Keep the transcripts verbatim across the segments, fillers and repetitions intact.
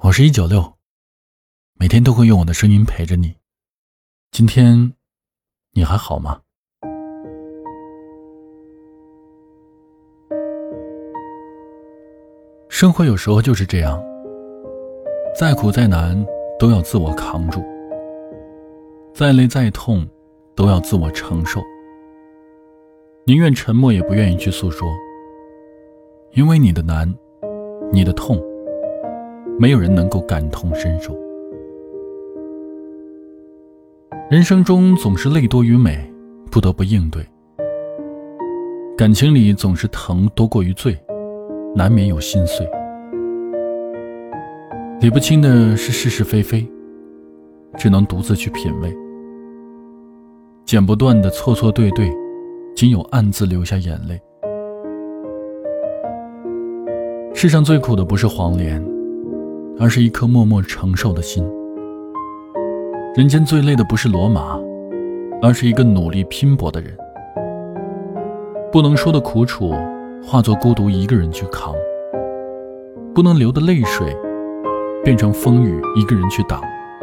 我是一九六，每天都会用我的声音陪着你。今天你还好吗？生活有时候就是这样，再苦再难都要自我扛住，再累再痛都要自我承受，宁愿沉默也不愿意去诉说，因为你的难，你的痛，没有人能够感同身受。人生中总是泪多于美，不得不应对。感情里总是疼多过于醉，难免有心碎。理不清的是是是非非，只能独自去品味。剪不断的错错对对，仅有暗自流下眼泪。世上最苦的不是黄连，而是一颗默默承受的心。人间最累的不是骡马，而是一个努力拼搏的人。不能说的苦楚，化作孤独一个人去扛；不能流的泪水，变成风雨一个人去挡。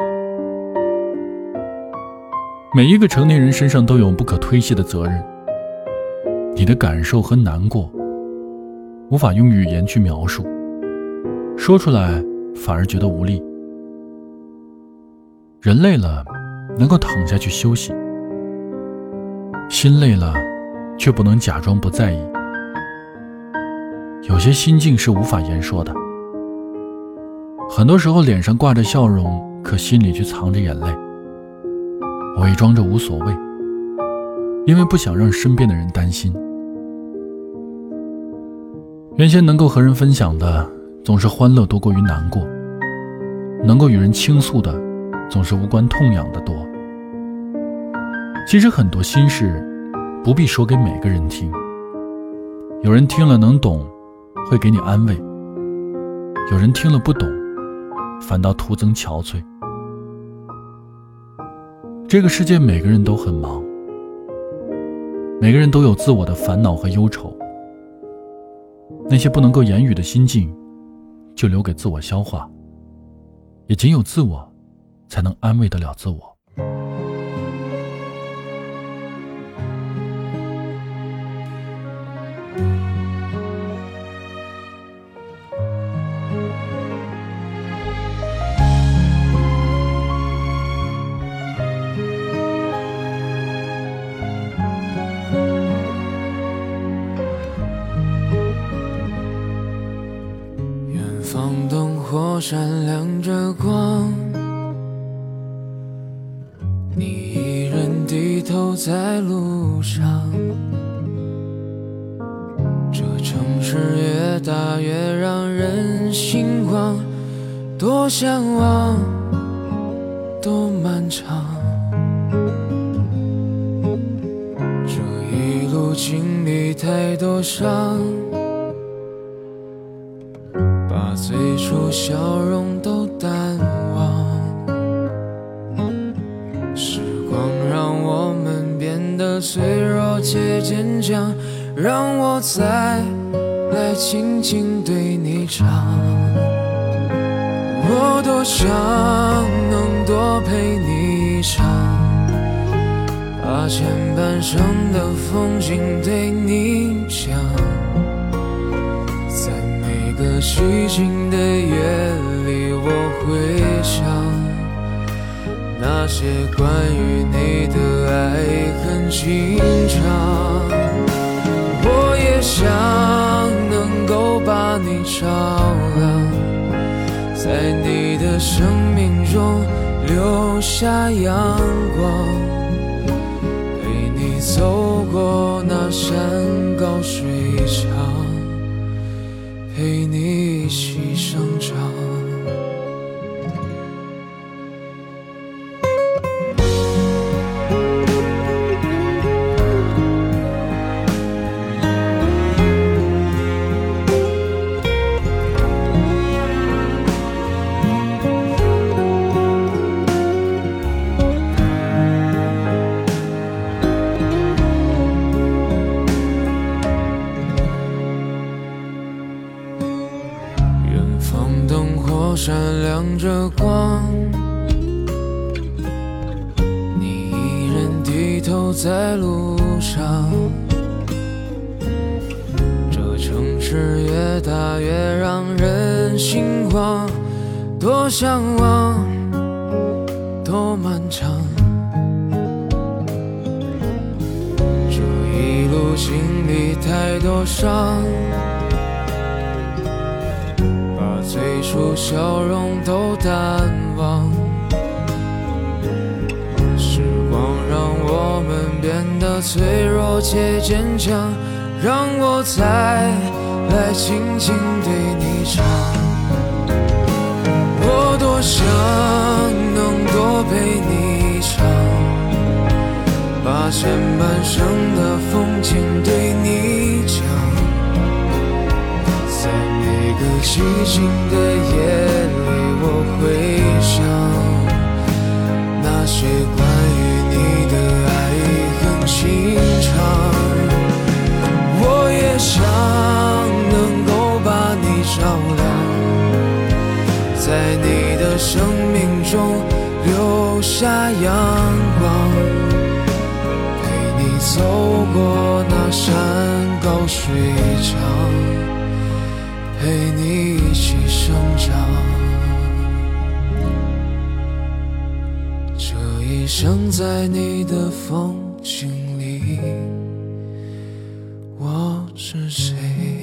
每一个成年人身上都有不可推卸的责任，你的感受和难过，无法用语言去描述，说出来反而觉得无力。人累了，能够躺下去休息；心累了，却不能假装不在意。有些心境是无法言说的，很多时候脸上挂着笑容，可心里却藏着眼泪，伪装着无所谓，因为不想让身边的人担心。原先能够和人分享的，总是欢乐多过于难过；能够与人倾诉的，总是无关痛痒的多。其实很多心事不必说给每个人听，有人听了能懂，会给你安慰；有人听了不懂，反倒徒增憔悴。这个世界每个人都很忙，每个人都有自我的烦恼和忧愁，那些不能够言语的心境，就留给自我消化，也仅有自我才能安慰得了自我。 远方灯火闪亮着光，你一人低头在路上，这城市越大越让人心慌，多向往，多漫长。这一路经历太多伤，把最初笑容都淡忘。时光让我们变得脆弱且坚强，让我再来轻轻对你唱。我多想能多陪你一场，把前半生的风景对你讲，在每个寂静的夜里，我会想那些关于你的爱很经常。我也想能够把你照亮，在你的生命中留下阳光，陪你走过那山高水长，陪你一起生长。远方让灯火闪亮着光，你一人低头在路上。这城市越大越让人心慌，多向往，多漫长。这一路经历太多伤，把最初笑容都淡忘。时光让我们变得脆弱且坚强，让我再来轻轻对你唱。我多想能多陪你唱，把前半生的风景对你讲。在每个寂静的夜里，我会想那些关于你的爱很情长。我也想能够把你照亮，在你的生命中留下阳光，陪你走过那山高水长，陪你一起生长。这一生在你的风景里，我是谁？